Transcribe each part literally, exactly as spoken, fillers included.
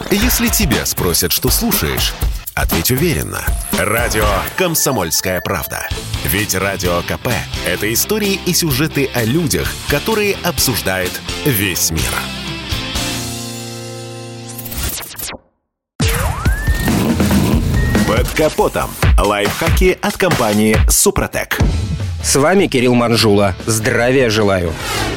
Если тебя спросят, что слушаешь, ответь уверенно. Радио «Комсомольская правда». Ведь Радио КП – это истории и сюжеты о людях, которые обсуждает весь мир. Под капотом. Лайфхаки от компании «Супротек». С вами Кирилл Манжула. Здравия желаю.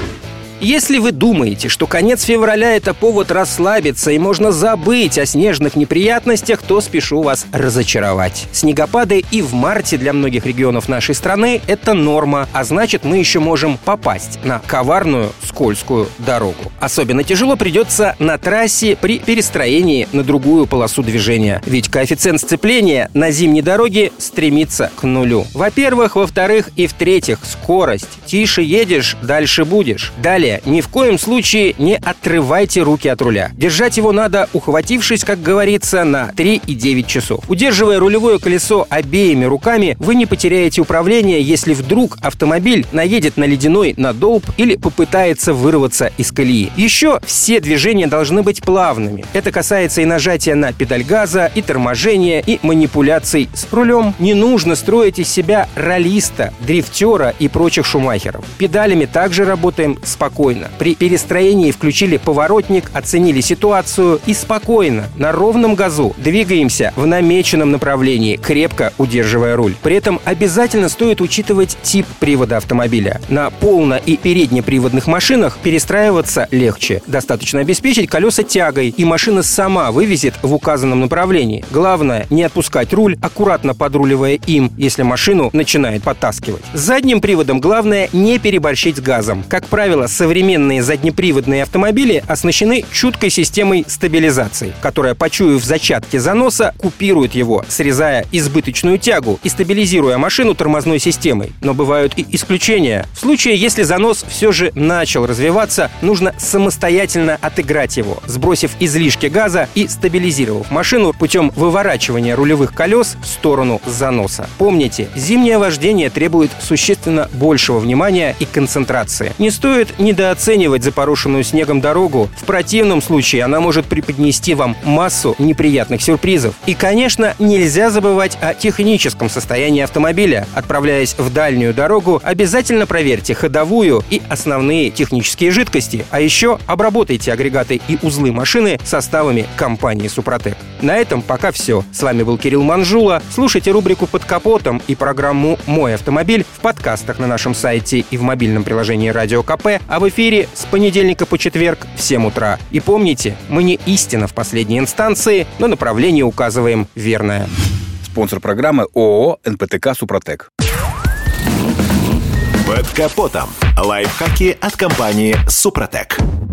Если вы думаете, что конец февраля – это повод расслабиться и можно забыть о снежных неприятностях, то спешу вас разочаровать. Снегопады и в марте для многих регионов нашей страны – это норма, а значит, мы еще можем попасть на коварную, скользкую дорогу. Особенно тяжело придется на трассе при перестроении на другую полосу движения, ведь коэффициент сцепления на зимней дороге стремится к нулю. Во-первых, во-вторых и в-третьих, скорость. Тише едешь, дальше будешь. Далее. Ни в коем случае не отрывайте руки от руля. Держать его надо, ухватившись, как говорится, на три и девять часов. Удерживая рулевое колесо обеими руками, вы не потеряете управление, если вдруг автомобиль наедет на ледяной надолб или попытается вырваться из колеи. Еще все движения должны быть плавными. Это касается и нажатия на педаль газа, и торможения, и манипуляций с рулем. Не нужно строить из себя раллиста, дрифтера и прочих шумахеров. Педалями также работаем спокойно. При перестроении включили поворотник, оценили ситуацию и спокойно, на ровном газу двигаемся в намеченном направлении, крепко удерживая руль. При этом обязательно стоит учитывать тип привода автомобиля. На полно- и переднеприводных машинах перестраиваться легче. Достаточно обеспечить колеса тягой, и машина сама вывезет в указанном направлении. Главное – не отпускать руль, аккуратно подруливая им, если машину начинает подтаскивать. С задним приводом главное не переборщить с газом. Как правило, современные заднеприводные автомобили оснащены чуткой системой стабилизации, которая, почуяв зачатки заноса, купирует его, срезая избыточную тягу и стабилизируя машину тормозной системой. Но бывают и исключения. В случае, если занос все же начал развиваться, нужно самостоятельно отыграть его, сбросив излишки газа и стабилизировав машину путем выворачивания рулевых колес в сторону заноса. Помните, зимнее вождение требует существенно большего внимания и концентрации. Не стоит недооценивать запорошенную снегом дорогу. В противном случае она может преподнести вам массу неприятных сюрпризов. И, конечно, нельзя забывать о техническом состоянии автомобиля. Отправляясь в дальнюю дорогу, обязательно проверьте ходовую и основные технические жидкости. А еще обработайте агрегаты и узлы машины составами компании «Супротек». На этом пока все. С вами был Кирилл Манжула. Слушайте рубрику «Под капотом» и программу «Мой автомобиль» в подкастах на нашем сайте и в мобильном приложении «Радио КП», а в эфире с понедельника по четверг в семь утра. И помните, мы не истина в последней инстанции, но направление указываем верное. Спонсор программы ООО «эн пэ тэ ка Супротек». Под капотом. Лайфхаки от компании «Супротек».